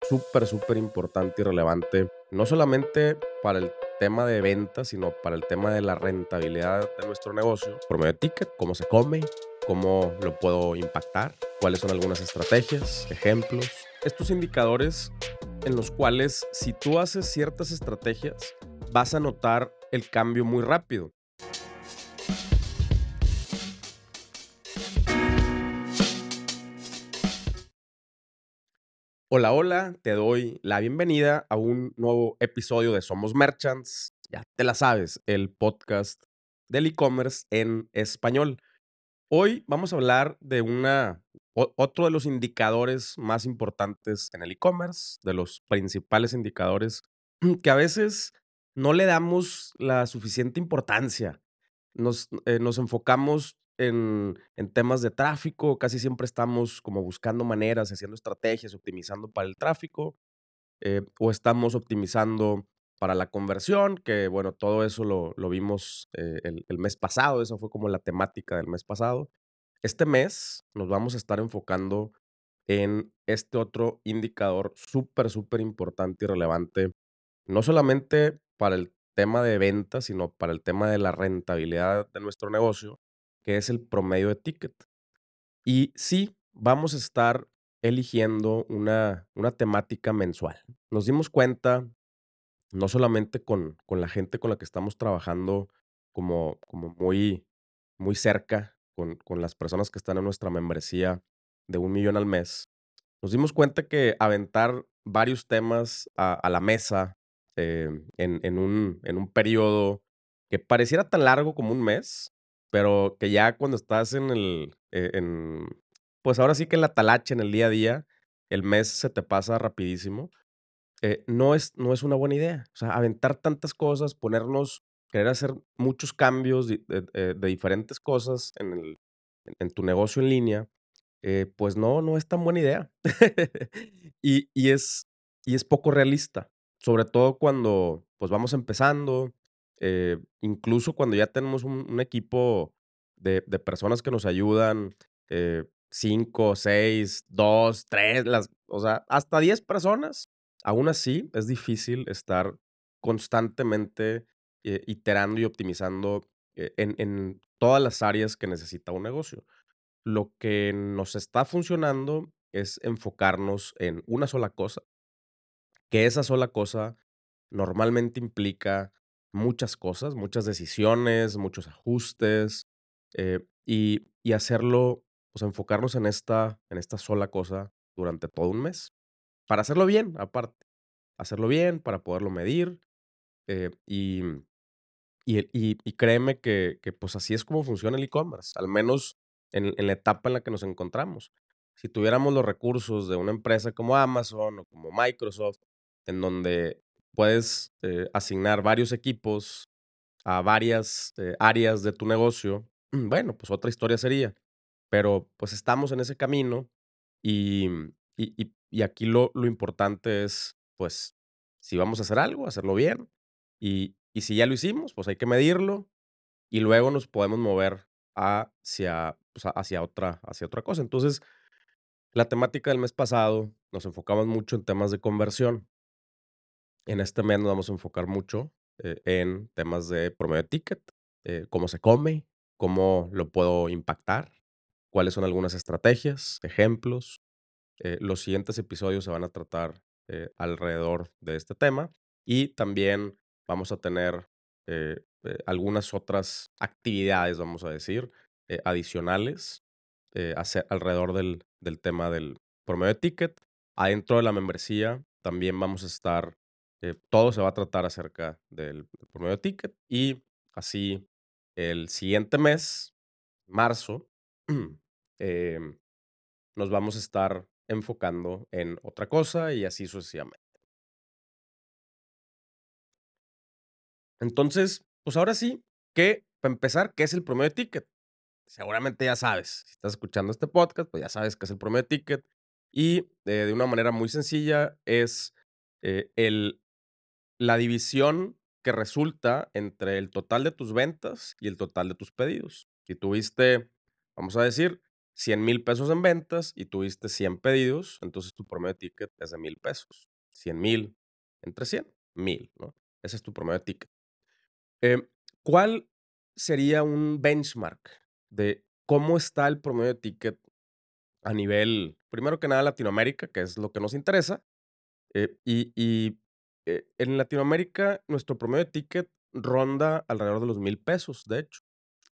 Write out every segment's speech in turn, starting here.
súper importante y relevante, no solamente para el tema de ventas, sino para el tema de la rentabilidad de nuestro negocio, por medio de ticket, cómo se come, cómo lo puedo impactar, cuáles son algunas estrategias, ejemplos. Estos indicadores en los cuales si tú haces ciertas estrategias, vas a notar el cambio muy rápido. Hola, hola, te doy la bienvenida a un nuevo episodio de Somos Merchants. Ya te la sabes, el podcast del e-commerce en español. Hoy vamos a hablar de otro de los indicadores más importantes en el e-commerce, de los principales indicadores que a veces no le damos la suficiente importancia. Nos enfocamos en temas de tráfico, casi siempre estamos como buscando maneras, haciendo estrategias, optimizando para el tráfico, o estamos optimizando para la conversión, que bueno, todo eso lo vimos el mes pasado, esa fue como la temática del mes pasado. Este mes nos vamos a estar enfocando en este otro indicador súper importante y relevante, no solamente para el tema de ventas, sino para el tema de la rentabilidad de nuestro negocio, que es el promedio de ticket. Y sí, vamos a estar eligiendo una temática mensual. Nos dimos cuenta, no solamente con la gente con la que estamos trabajando como muy cerca, con las personas que están en nuestra membresía de 1 millón al mes, nos dimos cuenta que aventar varios temas a la mesa, en un periodo que pareciera tan largo como un mes, pero que ya cuando estás pues, ahora sí que en la talacha, en el día a día, el mes se te pasa rapidísimo. No es una buena idea. O sea, aventar tantas cosas, querer hacer muchos cambios de diferentes cosas en tu negocio en línea, pues no es tan buena idea. Y y es y es poco realista, sobre todo cuando, pues, vamos empezando, incluso cuando ya tenemos un equipo de personas que nos ayudan, 5, 6, 2, 3, o sea, hasta 10 personas. Aún así, es difícil estar constantemente, iterando y optimizando, en todas las áreas que necesita un negocio. Lo que nos está funcionando es enfocarnos en una sola cosa, que esa sola cosa normalmente implica muchas cosas, muchas decisiones, muchos ajustes, y hacerlo, pues, enfocarnos en esta sola cosa durante todo un mes, para hacerlo bien, aparte, hacerlo bien, para poderlo medir, y créeme que, pues, así es como funciona el e-commerce, al menos en la etapa en la que nos encontramos. Si tuviéramos los recursos de una empresa como Amazon o como Microsoft, en donde puedes, asignar varios equipos a varias, áreas de tu negocio, bueno, pues otra historia sería. Pero, pues, estamos en ese camino y y aquí lo importante es, pues, si vamos a hacer algo, hacerlo bien, y si ya lo hicimos, pues, hay que medirlo, y luego nos podemos mover pues, hacia otra cosa. Entonces, la temática del mes pasado nos enfocamos mucho en temas de conversión. En este mes nos vamos a enfocar mucho, en temas de promedio de ticket, cómo se come, cómo lo puedo impactar, cuáles son algunas estrategias, ejemplos. Los siguientes episodios se van a tratar, alrededor de este tema, y también vamos a tener, algunas otras actividades, vamos a decir, adicionales, alrededor del tema del promedio de ticket. Adentro de la membresía también vamos a estar, todo se va a tratar acerca del promedio de ticket, y así el siguiente mes, marzo, em, nos vamos a estar enfocando en otra cosa y así sucesivamente. Entonces, pues ahora sí, para empezar, ¿qué es el promedio de ticket? Seguramente ya sabes, si estás escuchando este podcast, pues ya sabes qué es el promedio de ticket, y de una manera muy sencilla es, la división que resulta entre el total de tus ventas y el total de tus pedidos. Si tuviste, vamos a decir, 100,000 pesos en ventas y tuviste 100 pedidos, entonces tu promedio de ticket es de 1,000 pesos. 100,000 entre 100, 1,000, ¿no? Ese es tu promedio de ticket. Em, ¿Cuál sería un benchmark de cómo está el promedio de ticket a nivel, primero que nada, Latinoamérica, que es lo que nos interesa? En Latinoamérica, nuestro promedio de ticket ronda alrededor de los 1,000 pesos, de hecho.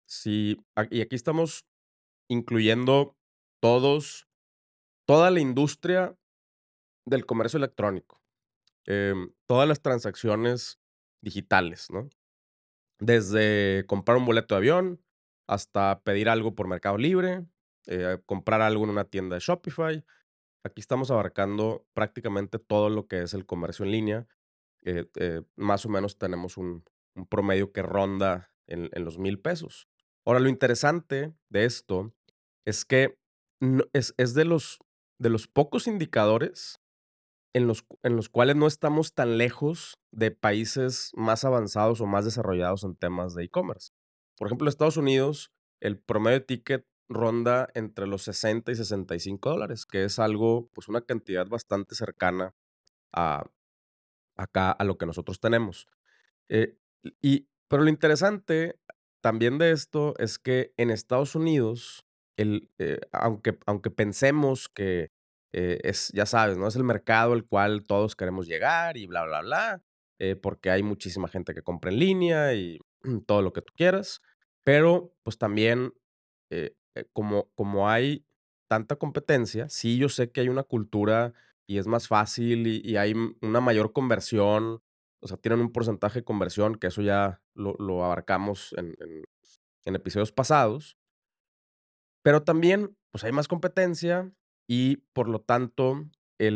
Y aquí estamos incluyendo todos, toda la industria del comercio electrónico, todas las transacciones digitales, ¿no? Desde comprar un boleto de avión hasta pedir algo por Mercado Libre, comprar algo en una tienda de Shopify. Aquí estamos abarcando prácticamente todo lo que es el comercio en línea. Más o menos tenemos un promedio que ronda en los 1,000 pesos. Ahora, lo interesante de esto es que es de los pocos indicadores en los cuales no estamos tan lejos de países más avanzados o más desarrollados en temas de e-commerce. Por ejemplo, en Estados Unidos, el promedio de ticket ronda entre los 60 y $65, que es algo, pues una cantidad bastante cercana a acá a lo que nosotros tenemos. Pero lo interesante también de esto es que en Estados Unidos, aunque pensemos que ya sabes, ¿no? Es el mercado al cual todos queremos llegar y bla, bla, bla, porque hay muchísima gente que compra en línea y todo lo que tú quieras, pero pues también como hay tanta competencia, sí, yo sé que hay una cultura y es más fácil y hay una mayor conversión, o sea, tienen un porcentaje de conversión, que eso ya lo abarcamos en episodios pasados, pero también, pues, hay más competencia y, por lo tanto,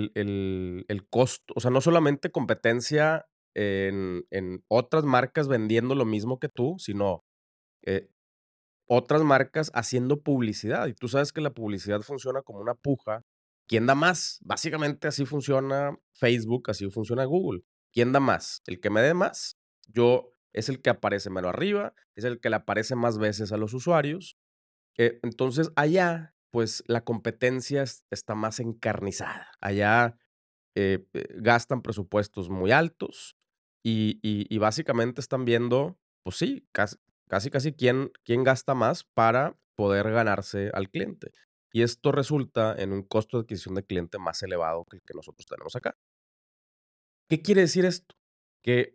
el costo, o sea, no solamente competencia en otras marcas vendiendo lo mismo que tú, sino, eh, otras marcas haciendo publicidad, y tú sabes que la publicidad funciona como una puja. ¿Quién da más? Básicamente así funciona Facebook, así funciona Google. ¿Quién da más? El que me dé más, yo es el que aparece menos arriba, es el que le aparece más veces a los usuarios. Entonces, allá, pues, la competencia está más encarnizada. Allá, gastan presupuestos muy altos y básicamente están viendo, pues sí, casi, casi quién gasta más para poder ganarse al cliente. Y esto resulta en un costo de adquisición de cliente más elevado que el que nosotros tenemos acá. ¿Qué quiere decir esto? Que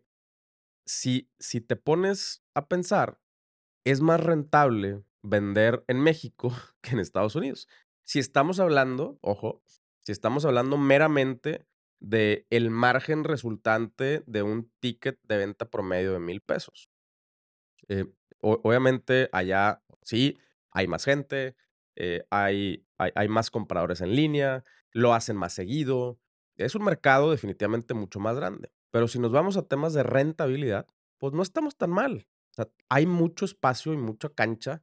si te pones a pensar, es más rentable vender en México que en Estados Unidos. Si estamos hablando, ojo, si estamos hablando meramente de el margen resultante de un ticket de venta promedio de 1,000 pesos. Eh, Obviamente allá sí, hay más gente, hay más compradores en línea, lo hacen más seguido. Es un mercado definitivamente mucho más grande. Pero si nos vamos a temas de rentabilidad, pues no estamos tan mal. O sea, hay mucho espacio y mucha cancha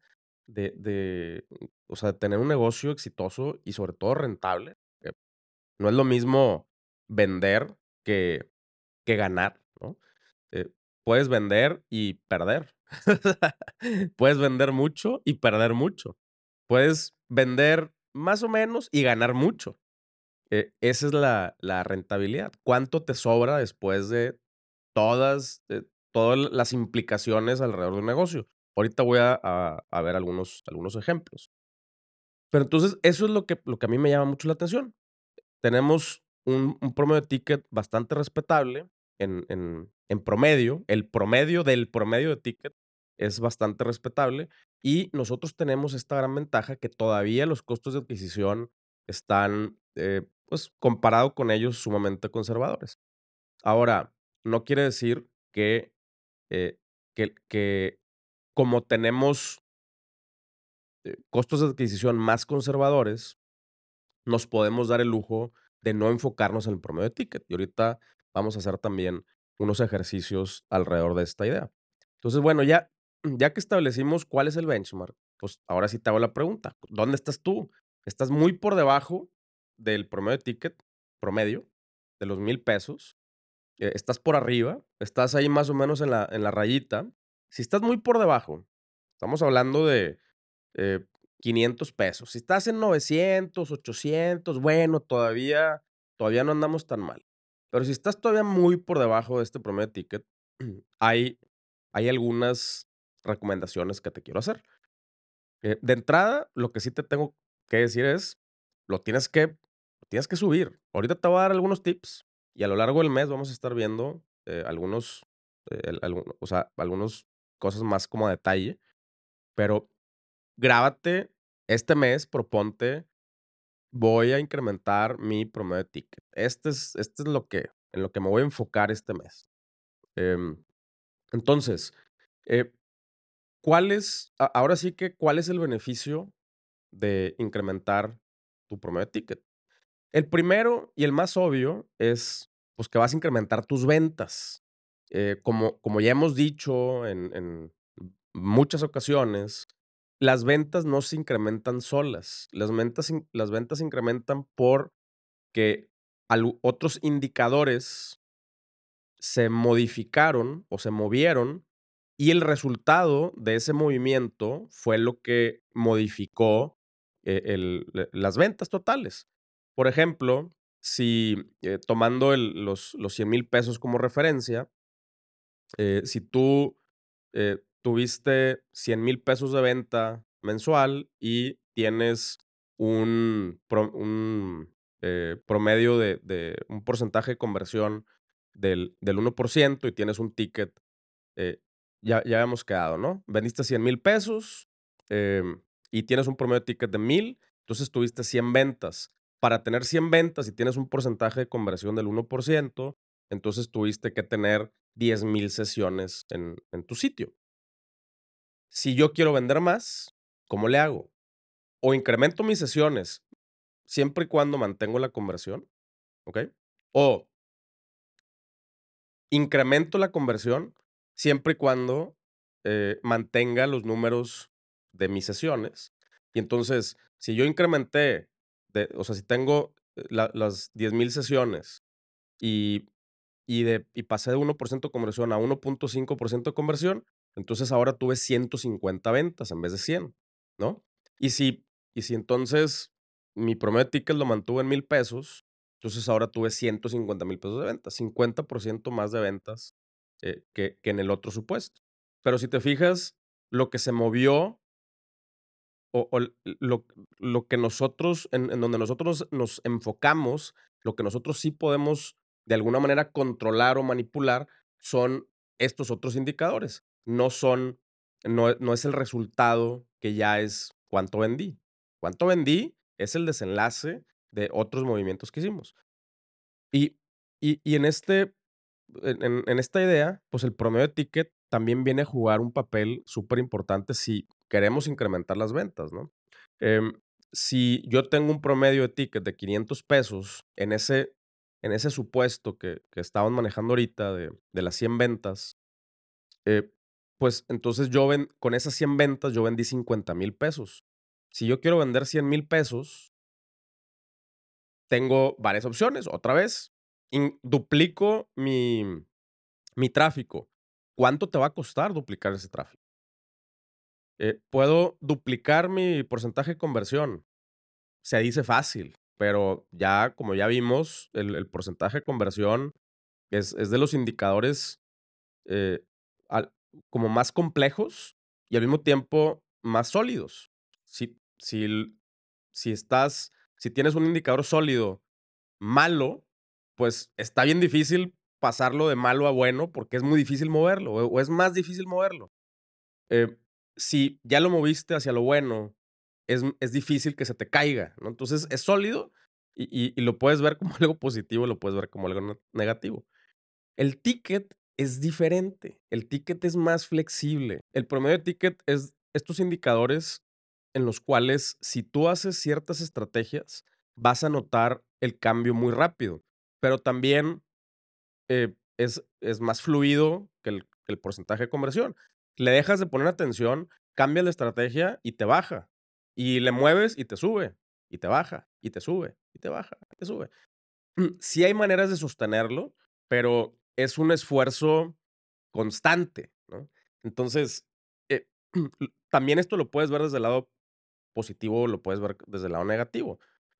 o sea, de tener un negocio exitoso y sobre todo rentable. No es lo mismo vender que ganar, ¿no? Eh, Puedes vender y perder. Puedes vender mucho y perder mucho. Puedes vender más o menos y ganar mucho. Esa es la rentabilidad. ¿Cuánto te sobra después de todas las implicaciones alrededor de un negocio? Ahorita voy a ver algunos ejemplos. Pero entonces, eso es lo que a mí me llama mucho la atención. Tenemos un promedio de ticket bastante respetable en promedio. El promedio del promedio de ticket es bastante respetable y nosotros tenemos esta gran ventaja que todavía los costos de adquisición están, pues, comparado con ellos, sumamente conservadores. Ahora, no quiere decir eh, que como tenemos, costos de adquisición más conservadores, nos podemos dar el lujo de no enfocarnos en el promedio de ticket. Y ahorita vamos a hacer también unos ejercicios alrededor de esta idea. Entonces, bueno, ya que establecimos cuál es el benchmark, pues ahora sí te hago la pregunta. ¿Dónde estás tú? ¿Estás muy por debajo del promedio de ticket promedio de los 1,000 pesos? ¿Estás por arriba? ¿Estás ahí más o menos en la rayita? Si estás muy por debajo, estamos hablando de 500 pesos. Si estás en 900, 800, bueno, todavía no andamos tan mal. Pero si estás todavía muy por debajo de este promedio de ticket, hay hay algunas recomendaciones que te quiero hacer. De entrada, lo que sí te tengo que decir es, lo tienes que lo tienes que subir. Ahorita te voy a dar algunos tips y a lo largo del mes vamos a estar viendo, algunos, o sea, algunos cosas más como a detalle, pero grábate este mes, proponte, voy a incrementar mi promedio de ticket. Este es lo que en lo que me voy a enfocar este mes. Em, entonces, eh, ahora sí que, ¿cuál es el beneficio de incrementar tu promedio de ticket? El primero y el más obvio es, pues, que vas a incrementar tus ventas. Como ya hemos dicho en muchas ocasiones, las ventas no se incrementan solas. Las ventas se incrementan porque otros indicadores se modificaron o se movieron, y el resultado de ese movimiento fue lo que modificó, las ventas totales. Por ejemplo, si, tomando los 100,000 pesos como referencia, si tú, tuviste 100,000 pesos de venta mensual y tienes promedio de un porcentaje de conversión del 1% y tienes un ticket, eh, ya habíamos quedado, ¿no? Vendiste 100,000 pesos, y tienes un promedio de ticket de 1,000, entonces tuviste 100 ventas. Para tener 100 ventas y tienes un porcentaje de conversión del 1%, entonces tuviste que tener 10,000 sesiones en tu sitio. Si yo quiero vender más, ¿cómo le hago? O incremento mis sesiones siempre y cuando mantengo la conversión, ¿ok? O incremento la conversión siempre y cuando, mantenga los números de mis sesiones. Y entonces, si yo incrementé, o sea, si tengo las 10,000 sesiones y y pasé de 1% de conversión a 1.5% de conversión, entonces ahora tuve 150 ventas en vez de 100, ¿no? Y si entonces mi promedio de ticket lo mantuve en 1,000 pesos, entonces ahora tuve 150,000 pesos de ventas, 50% más de ventas, que en el otro supuesto. Pero si te fijas, lo que se movió lo que nosotros en donde nosotros nos enfocamos, lo que nosotros sí podemos de alguna manera controlar o manipular son estos otros indicadores. No es el resultado que ya es cuánto vendí. Cuánto vendí es el desenlace de otros movimientos que hicimos. Y y en esta idea, pues, el promedio de ticket también viene a jugar un papel súper importante si queremos incrementar las ventas, ¿no? Em, si yo tengo un promedio de ticket de 500 pesos en ese supuesto que estamos manejando ahorita de las 100 ventas, eh, pues, entonces con esas 100 ventas yo vendí 50,000 pesos. Si yo quiero vender 100,000 pesos, tengo varias opciones. Otra vez, duplico mi tráfico. ¿Cuánto te va a costar duplicar ese tráfico? ¿Puedo duplicar mi porcentaje de conversión? Se dice fácil, pero ya, como ya vimos, el porcentaje de conversión es de los indicadores, eh, al como más complejos y al mismo tiempo más sólidos. Si si l si tienes un indicador sólido malo, pues, está bien difícil pasarlo de malo a bueno, porque es muy difícil moverlo, o es más difícil moverlo. Eh, si ya lo moviste hacia lo bueno, es difícil que se te caiga, ¿no? Entonces, es sólido y lo puedes ver como algo positivo, lo puedes ver como algo negativo. El ticket es diferente, el ticket es más flexible. El promedio de ticket es estos indicadores en los cuales, si tú haces ciertas estrategias, vas a notar el cambio muy rápido, pero también es más fluido que el porcentaje de conversión. Le dejas de poner atención, cambias la estrategia y te baja. Y le mueves y te sube, y te baja, y te sube, y te baja, y te sube. Sí hay maneras de sostenerlo, pero es un esfuerzo constante, ¿no? Entonces, también esto lo puedes ver desde el lado positivo lo puedes ver desde el lado negativo.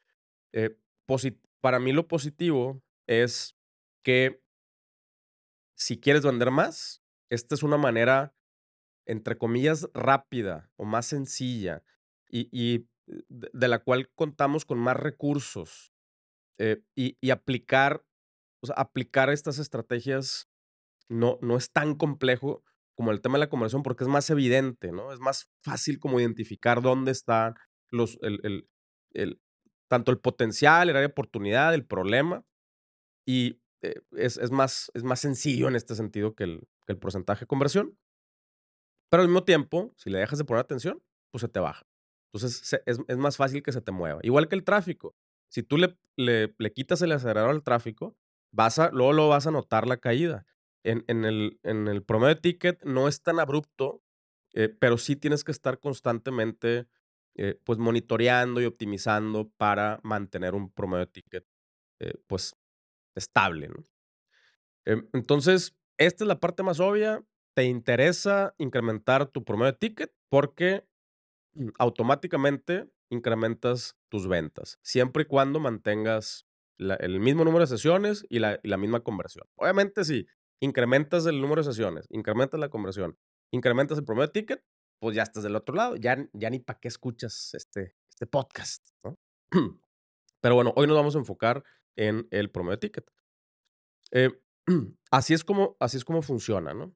Para mí lo positivo es que si quieres vender más, esta es una manera, entre comillas, rápida o más sencilla y de la cual contamos con más recursos, y aplicar, o sea, aplicar estas estrategias no es tan complejo como el tema de la conversión, porque es más evidente, ¿no? Es más fácil como identificar dónde están los el tanto el potencial, el área de oportunidad, el problema, y, es más sencillo en este sentido que el porcentaje de conversión. Pero al mismo tiempo, si le dejas de poner atención, pues se te baja. Entonces, es más fácil que se te mueva. Igual que el tráfico. Si tú le quitas el acelerador al tráfico, luego lo vas a notar la caída. En el promedio de ticket no es tan abrupto, pero sí tienes que estar constantemente, pues, monitoreando y optimizando para mantener un promedio de ticket, pues, estable, ¿no? Entonces, esta es la parte más obvia. Te interesa incrementar tu promedio de ticket porque automáticamente incrementas tus ventas, siempre y cuando mantengas el mismo número de sesiones y la misma conversión. Obviamente, si incrementas el número de sesiones, incrementas la conversión, incrementas el promedio de ticket, pues ya estás del otro lado. Ya ni para qué escuchas este podcast, ¿no? Pero bueno, hoy nos vamos a enfocar en el promedio de ticket. Eh, así es como funciona, ¿no?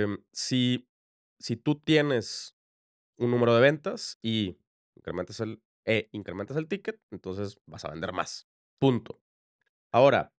Si tú tienes un número de ventas y incrementas el ticket, entonces vas a vender más, punto. Ahora,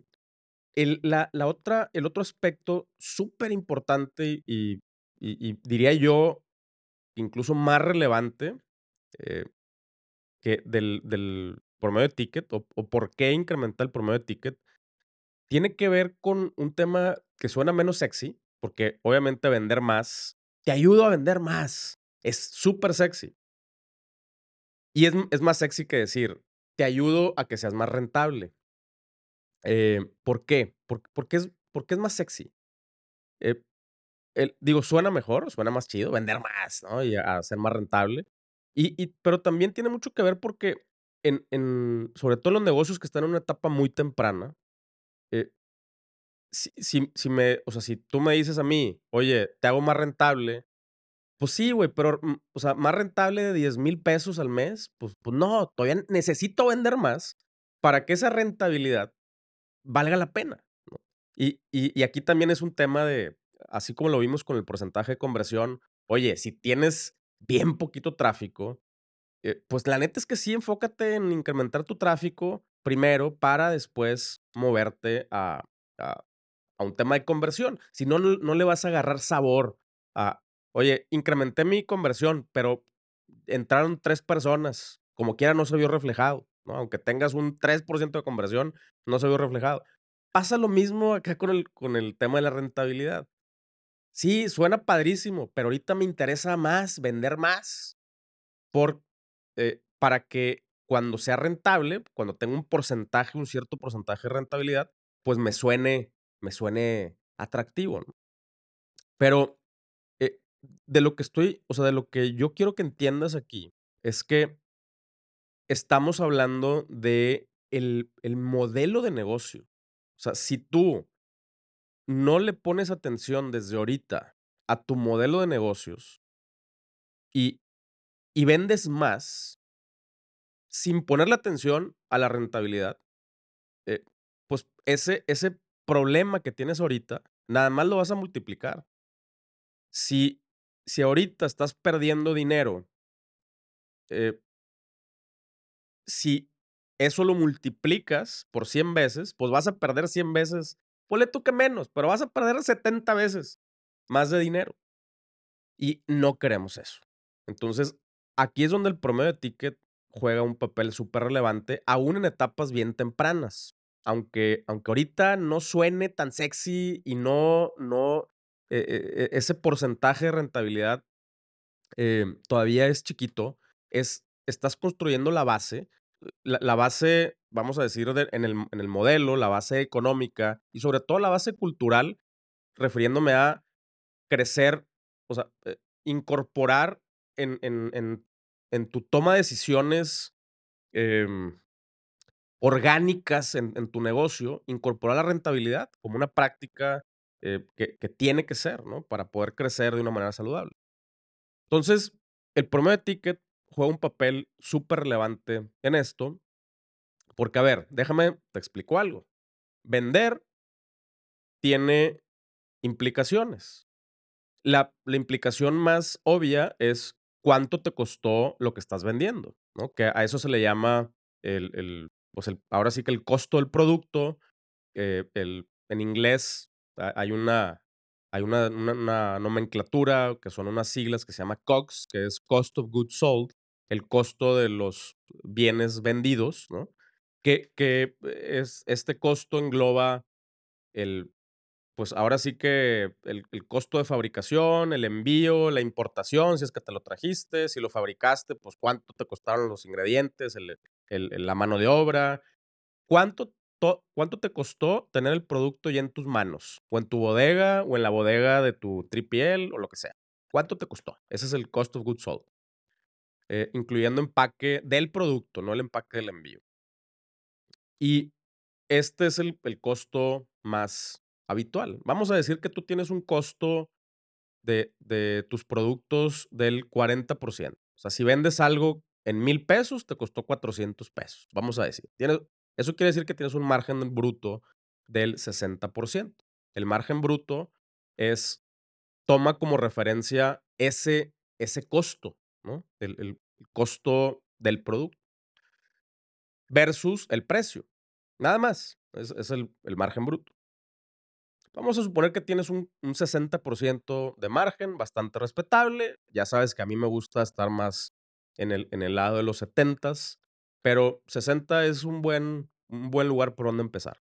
el otro aspecto súper importante y diría yo, incluso más relevante, eh, que del promedio de ticket, o por qué incrementar el promedio de ticket, tiene que ver con un tema que suena menos sexy, porque obviamente vender más te ayuda a vender más. Es súper sexy. Y es más sexy que decir, te ayudo a que seas más rentable. ¿Por qué? Porque es más sexy. Eh, digo, suena mejor, suena más chido, vender más, ¿no? Y a ser más rentable. Pero también tiene mucho que ver porque sobre todo en los negocios que están en una etapa muy temprana, eh, o sea, si tú me dices a mí: "Oye, te hago más rentable", pues sí, güey, pero, o sea, más rentable de 10,000 pesos al mes, pues no, todavía necesito vender más para que esa rentabilidad valga la pena, ¿no? Y aquí también es un tema de, así como lo vimos con el porcentaje de conversión, oye, si tienes bien poquito tráfico, pues la neta es que sí, enfócate en incrementar tu tráfico primero para después moverte a a un tema de conversión. Si no, no le vas a agarrar sabor a, oye, incrementé mi conversión, pero entraron 3 personas, como quiera no se vio reflejado, ¿no? Aunque tengas un 3% de conversión, no se vio reflejado. Pasa lo mismo acá con el tema de la rentabilidad. Sí, suena padrísimo, pero ahorita me interesa más, vender más. Para que cuando sea rentable, cuando tenga un cierto porcentaje de rentabilidad, pues me suene atractivo, ¿no? Pero, o sea, de lo que yo quiero que entiendas aquí, es que estamos hablando de el modelo de negocio. O sea, si tú no le pones atención desde ahorita a tu modelo de negocios y vendes más, sin ponerle atención a la rentabilidad, eh, pues ese problema que tienes ahorita, nada más lo vas a multiplicar. Si, si ahorita estás perdiendo dinero, eh, si eso lo multiplicas por 100 veces, pues vas a perder 100 veces, ponle tú que menos, pero vas a perder 70 veces más de dinero. Y no queremos eso. Entonces, aquí es donde el promedio de ticket juega un papel súper relevante, aún en etapas bien tempranas. Aunque ahorita no suene tan sexy y ese porcentaje de rentabilidad, todavía es chiquito, estás construyendo la base, la base, vamos a decir, en el modelo, la base económica y sobre todo la base cultural, refiriéndome a crecer, o sea, incorporar en en tu toma de decisiones, em, orgánicas en tu negocio, incorporar la rentabilidad como una práctica, que tiene que ser, ¿no? Para poder crecer de una manera saludable. Entonces, el promedio de ticket juega un papel súper relevante en esto, porque, a ver, déjame te explico algo. Vender tiene implicaciones. La implicación más obvia es cuánto te costó lo que estás vendiendo, ¿no? Que a eso se le llama pues, ahora sí que el costo del producto, en inglés hay una nomenclatura que son unas siglas que se llama COGS, que es Cost of Goods Sold, el costo de los bienes vendidos, ¿no? Que es este costo engloba el pues ahora sí que el costo de fabricación, el envío, la importación, si es que te lo trajiste, si lo fabricaste, pues cuánto te costaron los ingredientes, la mano de obra, cuánto te costó tener el producto ya en tus manos, o en tu bodega, o en la bodega de tu 3PL, o lo que sea. ¿Cuánto te costó? Ese es el cost of goods sold, incluyendo empaque del producto, no el empaque del envío. Y este es el costo más habitual. Vamos a decir que tú tienes un costo de tus productos del 40%. O sea, si vendes algo en 1,000 pesos, te costó 400 pesos, vamos a decir. Eso quiere decir que tienes un margen bruto del 60%. El margen bruto es, toma como referencia ese costo, ¿no? El costo del producto versus el precio. Nada más. Es el margen bruto. Vamos a suponer que tienes un 60% de margen, bastante respetable. Ya sabes que a mí me gusta estar más en el lado de los 70, pero 60 es un buen lugar por donde empezar.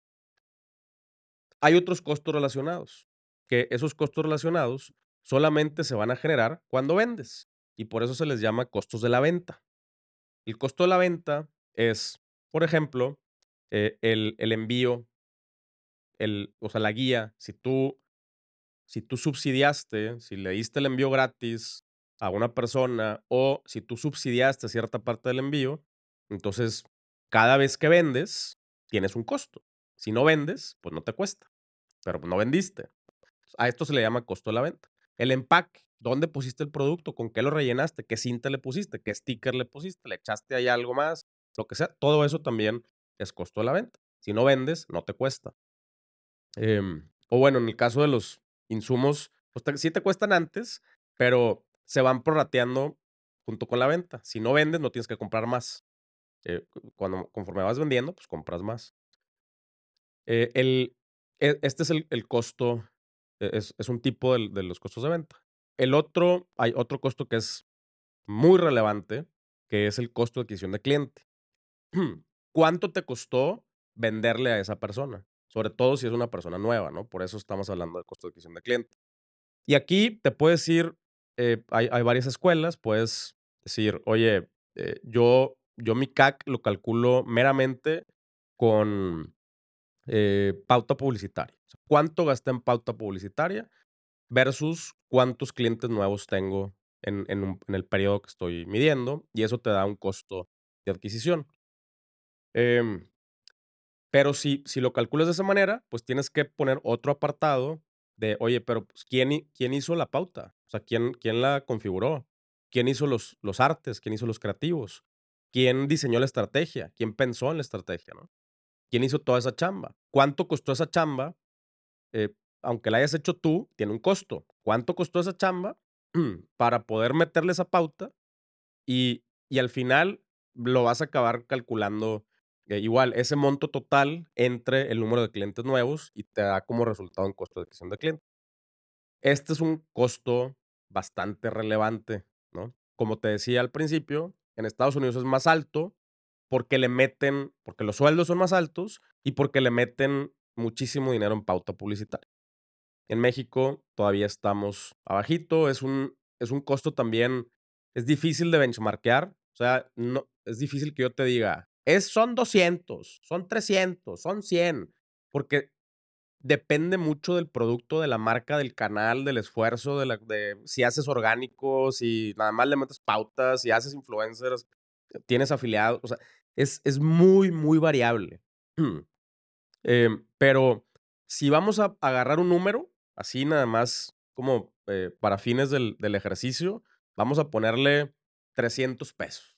Hay otros costos relacionados, que esos costos relacionados solamente se van a generar cuando vendes, y por eso se les llama costos de la venta. El costo de la venta es, por ejemplo, el envío, o sea, la guía. Si tú subsidiaste, si le diste el envío gratis a una persona o si tú subsidiaste cierta parte del envío, entonces cada vez que vendes tienes un costo. Si no vendes, pues no te cuesta, pero no vendiste. A esto se le llama costo de la venta. El empaque, ¿dónde pusiste el producto? ¿Con qué lo rellenaste? ¿Qué cinta le pusiste? ¿Qué sticker le pusiste? ¿Le echaste ahí algo más? Lo que sea, todo eso también es costo de la venta. Si no vendes, no te cuesta. O bueno, en el caso de los insumos, pues sí te cuestan antes, pero se van prorrateando junto con la venta. Si no vendes, no tienes que comprar más. Conforme vas vendiendo, pues compras más. Eh, el, este es el costo, es un tipo de los costos de venta. Hay otro costo que es muy relevante, que es el costo de adquisición de cliente. ¿Cuánto te costó venderle a esa persona? Sobre todo si es una persona nueva, ¿no? Por eso estamos hablando de costo de adquisición de cliente. Y aquí te puedes ir, hay varias escuelas, puedes decir, oye, yo mi CAC lo calculo meramente con pauta publicitaria. O sea, ¿cuánto gasté en pauta publicitaria versus cuántos clientes nuevos tengo en el periodo que estoy midiendo? Y eso te da un costo de adquisición. Em, pero si lo calculas de esa manera, pues tienes que poner otro apartado de, oye, pero pues, ¿quién hizo la pauta? O sea, ¿quién la configuró? ¿Quién hizo los artes? ¿Quién hizo los creativos? ¿Quién diseñó la estrategia? ¿Quién pensó en la estrategia, no? ¿Quién hizo toda esa chamba? ¿Cuánto costó esa chamba? Eh, Aunque la hayas hecho tú, tiene un costo. ¿Cuánto costó esa chamba para poder meterle esa pauta? Y al final lo vas a acabar calculando, igual, ese monto total entre el número de clientes nuevos y te da como resultado un costo de adquisición de cliente. Este es un costo bastante relevante, ¿no? Como te decía al principio, en Estados Unidos es más alto porque los sueldos son más altos y porque le meten muchísimo dinero en pauta publicitaria. En México todavía estamos abajito, es un costo también, es difícil de benchmarkear, o sea, no, es difícil que yo te diga, son 200, son 300, son 100, porque Depende mucho del producto, de la marca, del canal, del esfuerzo, de si haces orgánicos, si nada más le metes pautas, si haces influencers, tienes afiliados, o sea, es muy, muy variable. Pero si vamos a agarrar un número, así nada más como, para fines del ejercicio, vamos a ponerle $300.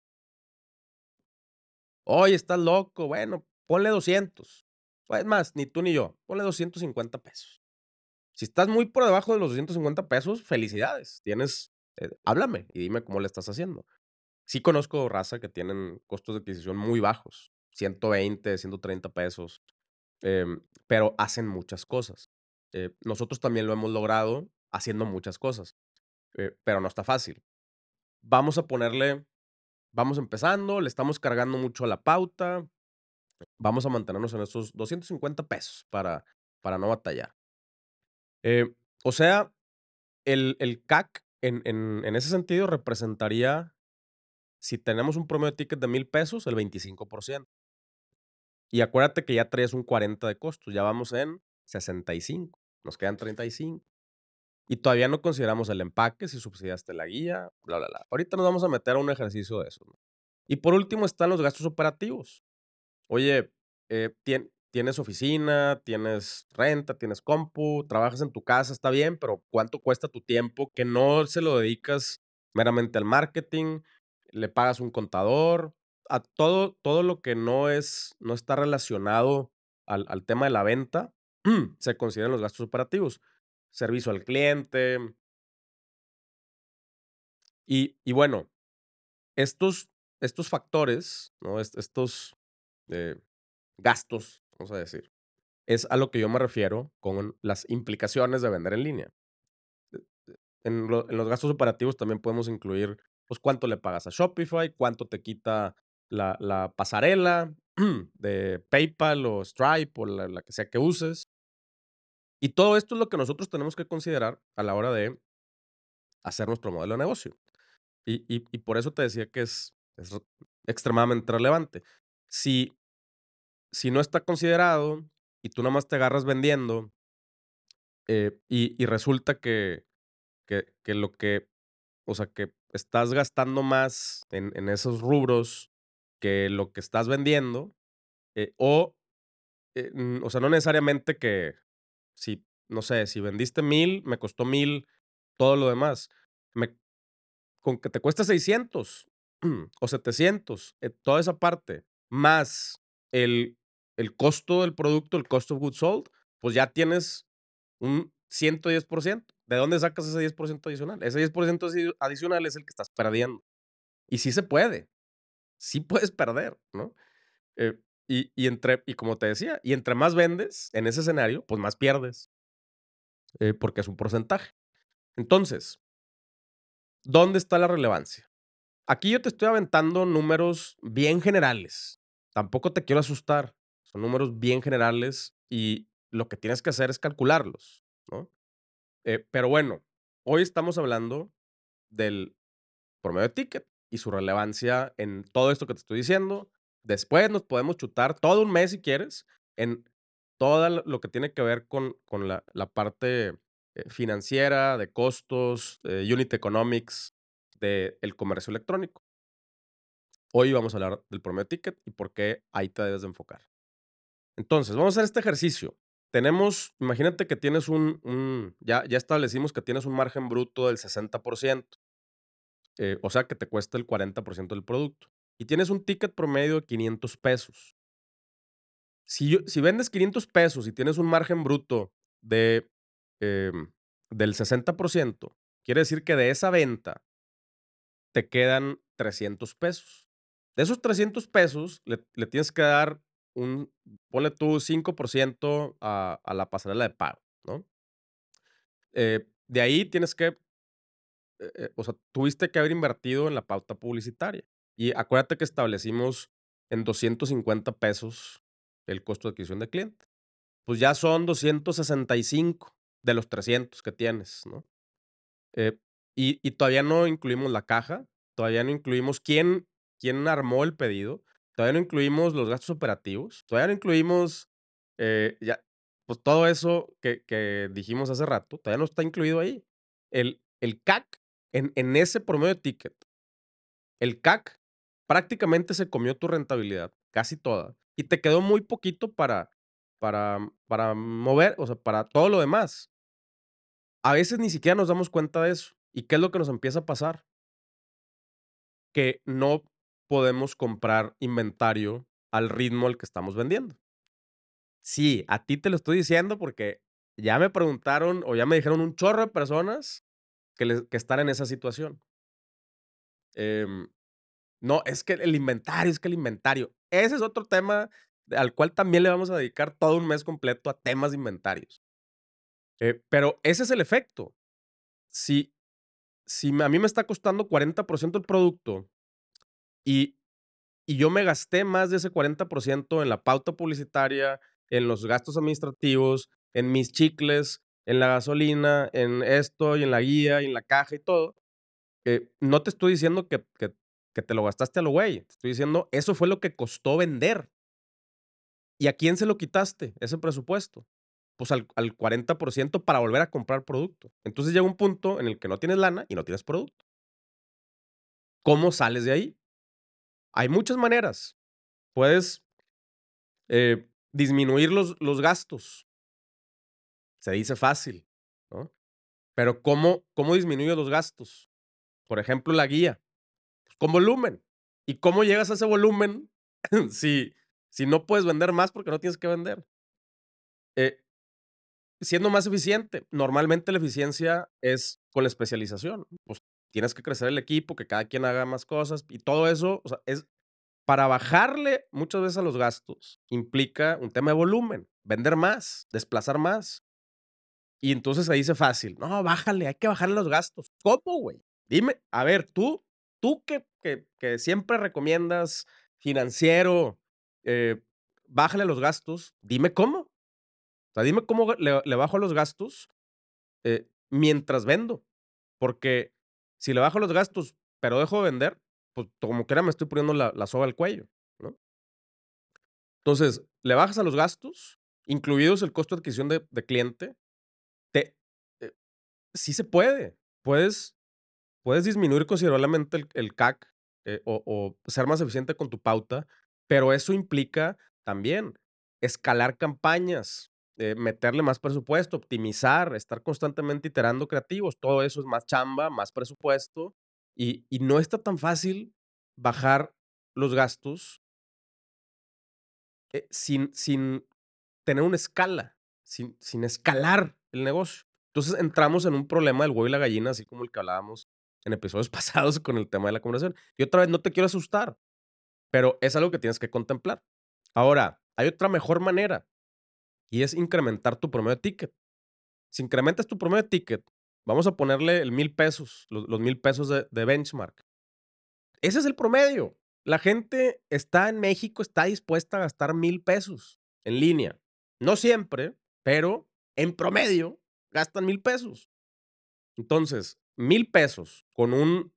Oye, estás loco, bueno, ponle 200. O es más, ni tú ni yo, ponle $250. Si estás muy por debajo de los $250, felicidades. Háblame y dime cómo le estás haciendo. Sí conozco raza que tienen costos de adquisición muy bajos, 120, $130, pero hacen muchas cosas. Nosotros también lo hemos logrado haciendo muchas cosas, pero no está fácil. Vamos a ponerle vamos empezando, le estamos cargando mucho a la pauta, vamos a mantenernos en esos $250 para no batallar. O sea, el CAC en ese sentido representaría, si tenemos un promedio de ticket de $1,000, el 25%. Y acuérdate que ya traes un 40 de costos, ya vamos en 65, nos quedan 35. Y todavía no consideramos el empaque, si subsidiaste la guía, bla, bla, bla. Ahorita nos vamos a meter a un ejercicio de eso, ¿no? Y por último están los gastos operativos. Oye, tienes oficina, tienes renta, tienes compu, trabajas en tu casa, está bien, pero ¿cuánto cuesta tu tiempo que no se lo dedicas meramente al marketing? Le pagas un contador, a todo lo que no está relacionado al tema de la venta, se consideran los gastos operativos. Servicio al cliente. Y bueno, estos factores, ¿no? Estos, eh, gastos, vamos a decir, es a lo que yo me refiero con las implicaciones de vender en línea. En los gastos operativos también podemos incluir, pues, cuánto le pagas a Shopify, cuánto te quita la pasarela de PayPal o Stripe o la que sea que uses. Y todo esto es lo que nosotros tenemos que considerar a la hora de hacer nuestro modelo de negocio. Y por eso te decía que es extremadamente relevante. Si si no está considerado y tú nada más te agarras vendiendo, y resulta que lo que o sea, que estás gastando más en esos rubros que lo que estás vendiendo, o sea, no necesariamente que si, no sé, si vendiste 1000, me costó 1000 todo lo demás. Me Con que te cueste 600 o 700, toda esa parte, más el el costo del producto, el cost of goods sold, pues ya tienes un 110%. ¿De dónde sacas ese 10% adicional? Ese 10% adicional es el que estás perdiendo. Y sí se puede, sí puedes perder, ¿no? Y como te decía, y entre más vendes en ese escenario, pues más pierdes, porque es un porcentaje. Entonces, ¿dónde está la relevancia? Aquí yo te estoy aventando números bien generales. Tampoco te quiero asustar. Son números bien generales y lo que tienes que hacer es calcularlos, ¿no? Pero bueno, hoy estamos hablando del promedio de ticket y su relevancia en todo esto que te estoy diciendo. Después nos podemos chutar todo un mes si quieres en todo lo que tiene que ver con la parte financiera, de costos, unit economics del comercio electrónico. Hoy vamos a hablar del promedio ticket y por qué ahí te debes de enfocar. Entonces, vamos a hacer este ejercicio. Imagínate que tienes ya establecimos que tienes un margen bruto del 60%, o sea que te cuesta el 40% del producto. Y tienes un ticket promedio de $500. Si vendes $500 y tienes un margen bruto de, del 60%, quiere decir que de esa venta te quedan $300. De esos $300 le tienes que dar ponle tú 5% a la pasarela de pago, ¿no? De ahí tienes que, o sea, tuviste que haber invertido en la pauta publicitaria. Y acuérdate que establecimos en $250 el costo de adquisición de cliente. Pues ya son 265 de los 300 que tienes, ¿no? Eh, y todavía no incluimos la caja, todavía no incluimos quién armó el pedido, todavía no incluimos los gastos operativos, todavía no incluimos, ya. pues todo eso que dijimos hace rato, todavía no está incluido ahí. El CAC, en ese promedio de ticket, el CAC prácticamente se comió tu rentabilidad, casi toda, y te quedó muy poquito para mover, o sea, para todo lo demás. A veces ni siquiera nos damos cuenta de eso. ¿Y qué es lo que nos empieza a pasar? Que no podemos comprar inventario al ritmo al que estamos vendiendo. Sí, a ti te lo estoy diciendo porque ya me preguntaron o ya me dijeron un chorro de personas que están en esa situación. Em, no, es que el inventario, es que el inventario. Ese es otro tema al cual también le vamos a dedicar todo un mes completo a temas de inventarios. Pero ese es el efecto. Si, si a mí me está costando 40% el producto y Y yo me gasté más de ese 40% en la pauta publicitaria, en los gastos administrativos, en mis chicles, en la gasolina, en esto, y en la guía, y en la caja y todo. No te estoy diciendo que te lo gastaste a lo güey, te estoy diciendo, eso fue lo que costó vender. ¿Y a quién se lo quitaste ese presupuesto? Pues al 40% para volver a comprar producto. Entonces llega un punto en el que no tienes lana y no tienes producto. ¿Cómo sales de ahí? Hay muchas maneras. Puedes disminuir los gastos, se dice fácil, ¿no? Pero ¿cómo disminuyes los gastos? Por ejemplo, la guía, pues, con volumen. ¿Y cómo llegas a ese volumen si si no puedes vender más porque no tienes que vender? Eh, Siendo más eficiente. Normalmente la eficiencia es con la especialización. Pues, tienes que crecer el equipo, que cada quien haga más cosas y todo eso, o sea, es para bajarle muchas veces a los gastos, implica un tema de volumen, vender más, desplazar más. Y entonces se dice fácil, no, bájale, hay que bajarle los gastos. ¿Cómo, güey? Dime, a ver, tú que siempre recomiendas financiero, bájale los gastos, dime cómo. O sea, dime cómo le bajo los gastos mientras vendo. Porque si le bajo los gastos, pero dejo de vender, pues como quiera me estoy poniendo la soga al cuello, ¿no? Entonces, le bajas a los gastos, incluidos el costo de adquisición de cliente, te, eh, sí se puede. Puedes disminuir considerablemente el CAC, o ser más eficiente con tu pauta, pero eso implica también escalar campañas, meterle más presupuesto, optimizar, estar constantemente iterando creativos. Todo eso es más chamba, más presupuesto, y no está tan fácil bajar los gastos, sin tener una escala, sin escalar el negocio. Entonces, entramos en un problema del huevo y la gallina, así como el que hablábamos en episodios pasados con el tema de la conversación. Y otra vez, no te quiero asustar, pero es algo que tienes que contemplar. Ahora, hay otra mejor manera, y es incrementar tu promedio de ticket. Si incrementas tu promedio de ticket, vamos a ponerle el 1000 pesos, los 1000 pesos de benchmark. Ese es el promedio. La gente está en México, está dispuesta a gastar 1000 pesos en línea. No siempre, pero en promedio gastan 1000 pesos. Entonces, 1000 pesos con un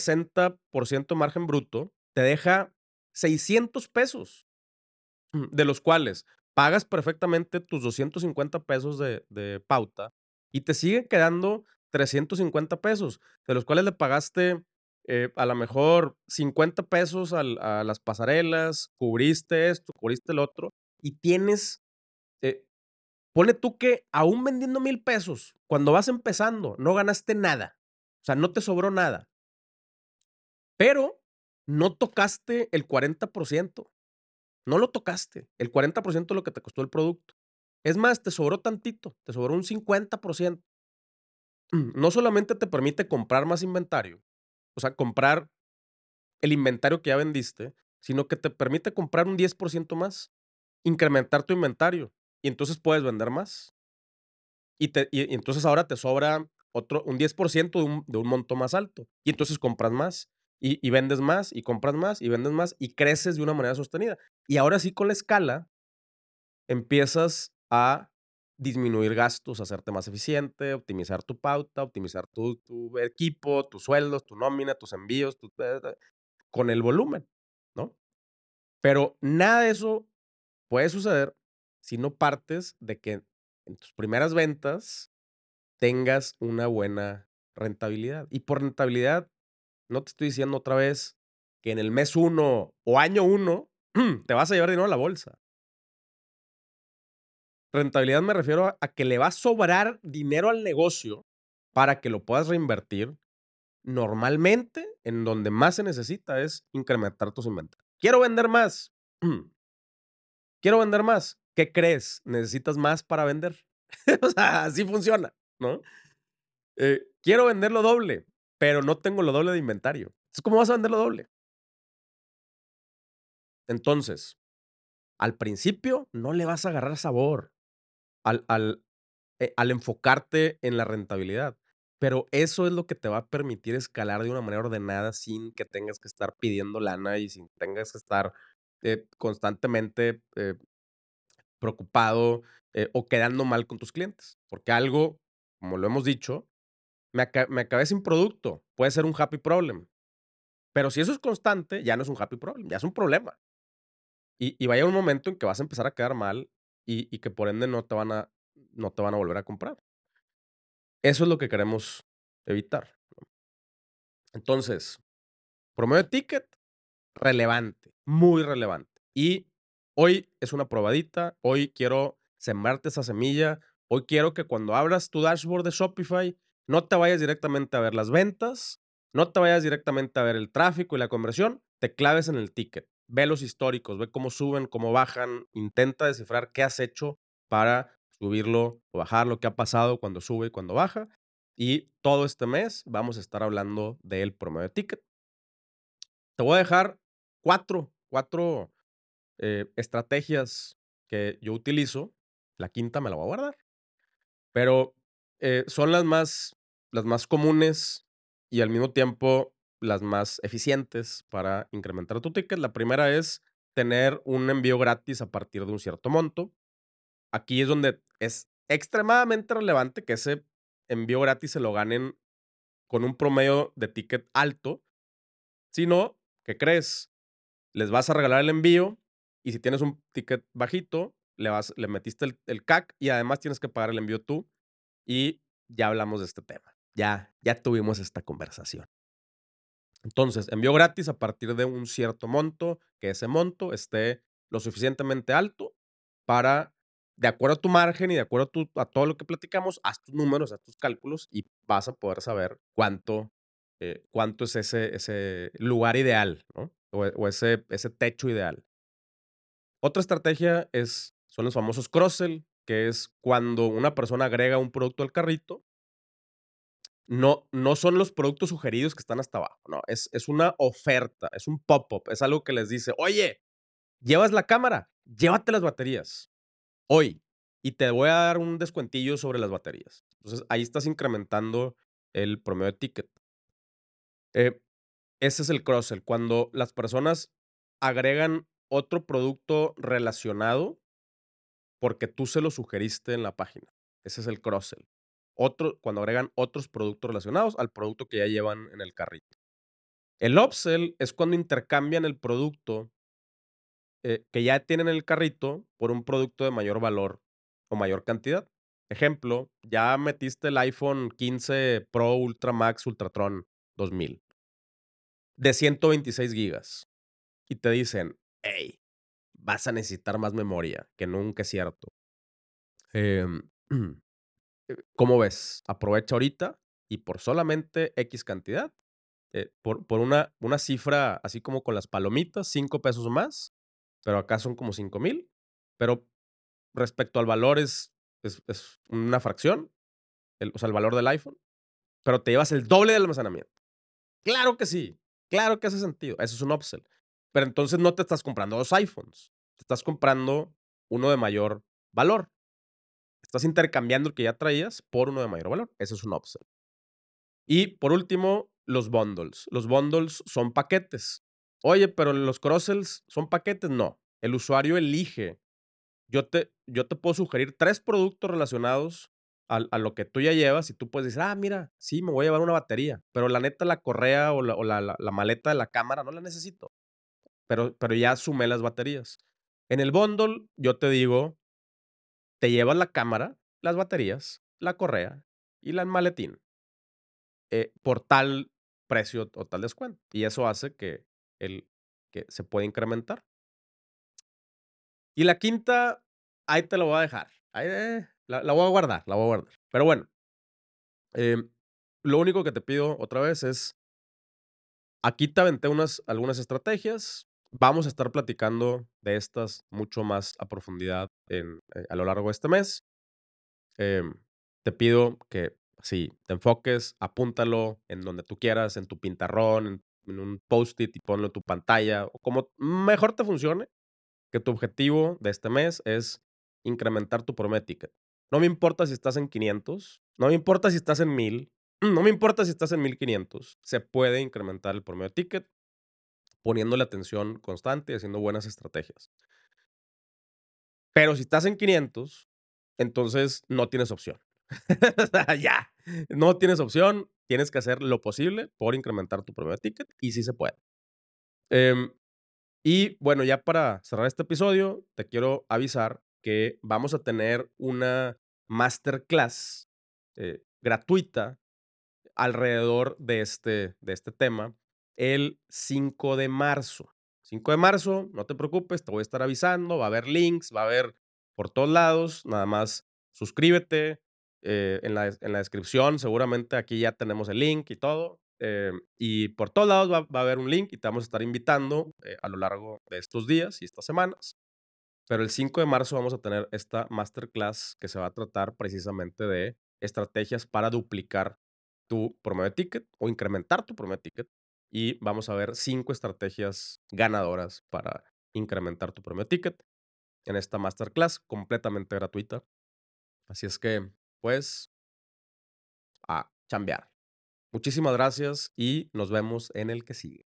60% margen bruto te deja 600 pesos, de los cuales pagas perfectamente tus 250 pesos de pauta y te siguen quedando 350 pesos, de los cuales le pagaste a lo mejor 50 pesos a las pasarelas, cubriste esto, cubriste el otro y tienes, eh, ponle tú que aún vendiendo 1000 pesos, cuando vas empezando, no ganaste nada. O sea, no te sobró nada, pero no tocaste el 40%. No lo tocaste. El 40% de lo que te costó el producto. Es más, te sobró tantito, te sobró un 50%. No solamente te permite comprar más inventario, o sea, comprar el inventario que ya vendiste, sino que te permite comprar un 10% más, incrementar tu inventario y entonces puedes vender más. Y entonces ahora te sobra otro un 10% de un monto más alto. Y entonces compras más, y vendes más, y compras más, y vendes más, y creces de una manera sostenida. Y ahora sí, con la escala, empiezas a disminuir gastos, hacerte más eficiente, optimizar tu pauta, optimizar tu equipo, tus sueldos, tu nómina, tus envíos, con el volumen, ¿no? Pero nada de eso puede suceder si no partes de que en tus primeras ventas tengas una buena rentabilidad. Y por rentabilidad, no te estoy diciendo otra vez que en el mes uno o año uno te vas a llevar dinero a la bolsa. Rentabilidad me refiero a que le va a sobrar dinero al negocio para que lo puedas reinvertir. Normalmente, en donde más se necesita es incrementar tus inventarios. Quiero vender más. Quiero vender más. ¿Qué crees? Necesitas más para vender. O sea, así funciona, ¿no? Quiero vender lo doble, pero no tengo lo doble de inventario. Entonces, ¿cómo vas a vender lo doble? Entonces, al principio no le vas a agarrar sabor al enfocarte en la rentabilidad, pero eso es lo que te va a permitir escalar de una manera ordenada sin que tengas que estar pidiendo lana y sin tengas que estar constantemente preocupado o quedando mal con tus clientes. Porque algo, como lo hemos dicho, me acabé sin producto, puede ser un happy problem, pero si eso es constante, ya no es un happy problem, ya es un problema. Y va a llegar un momento en que vas a empezar a quedar mal y que por ende no te van a volver a comprar. Eso es lo que queremos evitar. Entonces, promedio de ticket, relevante, muy relevante. Y hoy es una probadita, hoy quiero sembrarte esa semilla, hoy quiero que cuando abras tu dashboard de Shopify, no te vayas directamente a ver las ventas, no te vayas directamente a ver el tráfico y la conversión, te claves en el ticket, ve los históricos, ve cómo suben, cómo bajan, intenta descifrar qué has hecho para subirlo o bajarlo, qué ha pasado cuando sube y cuando baja. Y todo este mes vamos a estar hablando del promedio de ticket. Te voy a dejar cuatro estrategias que yo utilizo. La quinta me la voy a guardar, pero son las más comunes y al mismo tiempo las más eficientes para incrementar tu ticket. La primera es tener un envío gratis a partir de un cierto monto. Aquí es donde es extremadamente relevante que ese envío gratis se lo ganen con un promedio de ticket alto. Si no, ¿qué crees? Les vas a regalar el envío y si tienes un ticket bajito, le metiste el CAC y además tienes que pagar el envío tú y ya hablamos de este tema. Ya tuvimos esta conversación. Entonces, envío gratis a partir de un cierto monto, que ese monto esté lo suficientemente alto para, de acuerdo a tu margen y de acuerdo a todo lo que platicamos, haz tus números, haz tus cálculos y vas a poder saber cuánto es ese lugar ideal, ¿no? O ese techo ideal. Otra estrategia son los famosos cross-sell, que es cuando una persona agrega un producto al carrito, no son los productos sugeridos que están hasta abajo, no, es una oferta, es un pop-up, es algo que les dice: "Oye, ¿llevas la cámara? Llévate las baterías hoy, y te voy a dar un descuentillo sobre las baterías". Entonces, ahí estás incrementando el promedio de ticket. Eh, Ese es el cross-sell, cuando las personas agregan otro producto relacionado porque tú se lo sugeriste en la página. Ese es el cross-sell. Cuando agregan otros productos relacionados al producto que ya llevan en el carrito. El upsell es cuando intercambian el producto que ya tienen en el carrito por un producto de mayor valor o mayor cantidad. Ejemplo, ya metiste el iPhone 15 Pro Ultra Max Ultratron 2000 de 126 gigas y te dicen: hey, vas a necesitar más memoria, que nunca es cierto. Em, ¿Cómo ves? Aprovecha ahorita y por solamente X cantidad, por una cifra así como con las palomitas, 5 pesos más, pero acá son como 5,000, pero respecto al valor es una fracción, o sea, el valor del iPhone, pero te llevas el doble del almacenamiento. Claro que sí, claro que hace sentido, eso es un upsell. Pero entonces no te estás comprando 2 iPhones, te estás comprando uno de mayor valor. Estás intercambiando el que ya traías por uno de mayor valor. Eso es un upsell. Y por último, los bundles. Los bundles son paquetes. Oye, pero los cross-sells son paquetes. No. El usuario elige. Yo te puedo sugerir 3 productos relacionados a lo que tú ya llevas y tú puedes decir: mira, sí, me voy a llevar una batería, pero la neta, la correa o la maleta de la cámara no la necesito. Pero ya sumé las baterías. En el bundle, yo te digo, te llevas la cámara las baterías, la correa y el maletín, por tal precio o tal descuento. Y eso hace el que se pueda incrementar. Y la quinta, ahí te la voy a dejar. Ahí, la voy a guardar, la voy a guardar. Pero bueno, em, lo único que te pido otra vez es, aquí te aventé algunas estrategias. Vamos a estar platicando de estas mucho más a profundidad a lo largo de este mes. Em, Te pido que sí, te enfoques, apúntalo en donde tú quieras, en tu pintarrón, en un post-it y ponlo en tu pantalla, o como mejor te funcione, que tu objetivo de este mes es incrementar tu promedio ticket. No me importa si estás en 500, no me importa si estás en 1000, no me importa si estás en 1500. Se puede incrementar el promedio ticket poniéndole atención constante y haciendo buenas estrategias. Pero si estás en 500, entonces no tienes opción. O sea, ya, no tienes opción, tienes que hacer lo posible por incrementar tu promedio ticket y sí se puede. Em, y bueno, ya para cerrar este episodio, te quiero avisar que vamos a tener una masterclass gratuita alrededor de este tema el 5 de marzo. 5 de marzo, no te preocupes, te voy a estar avisando, va a haber links, va a haber por todos lados, nada más suscríbete, en la descripción seguramente aquí ya tenemos el link y todo, y por todos lados va a haber un link y te vamos a estar invitando a lo largo de estos días y estas semanas. Pero el 5 de marzo vamos a tener esta masterclass que se va a tratar precisamente de estrategias para duplicar tu promedio de ticket o incrementar tu promedio de ticket. Y vamos a ver 5 estrategias ganadoras para incrementar tu promedio de ticket en esta masterclass completamente gratuita. Así es que, pues, a chambear. Muchísimas gracias y nos vemos en el que sigue.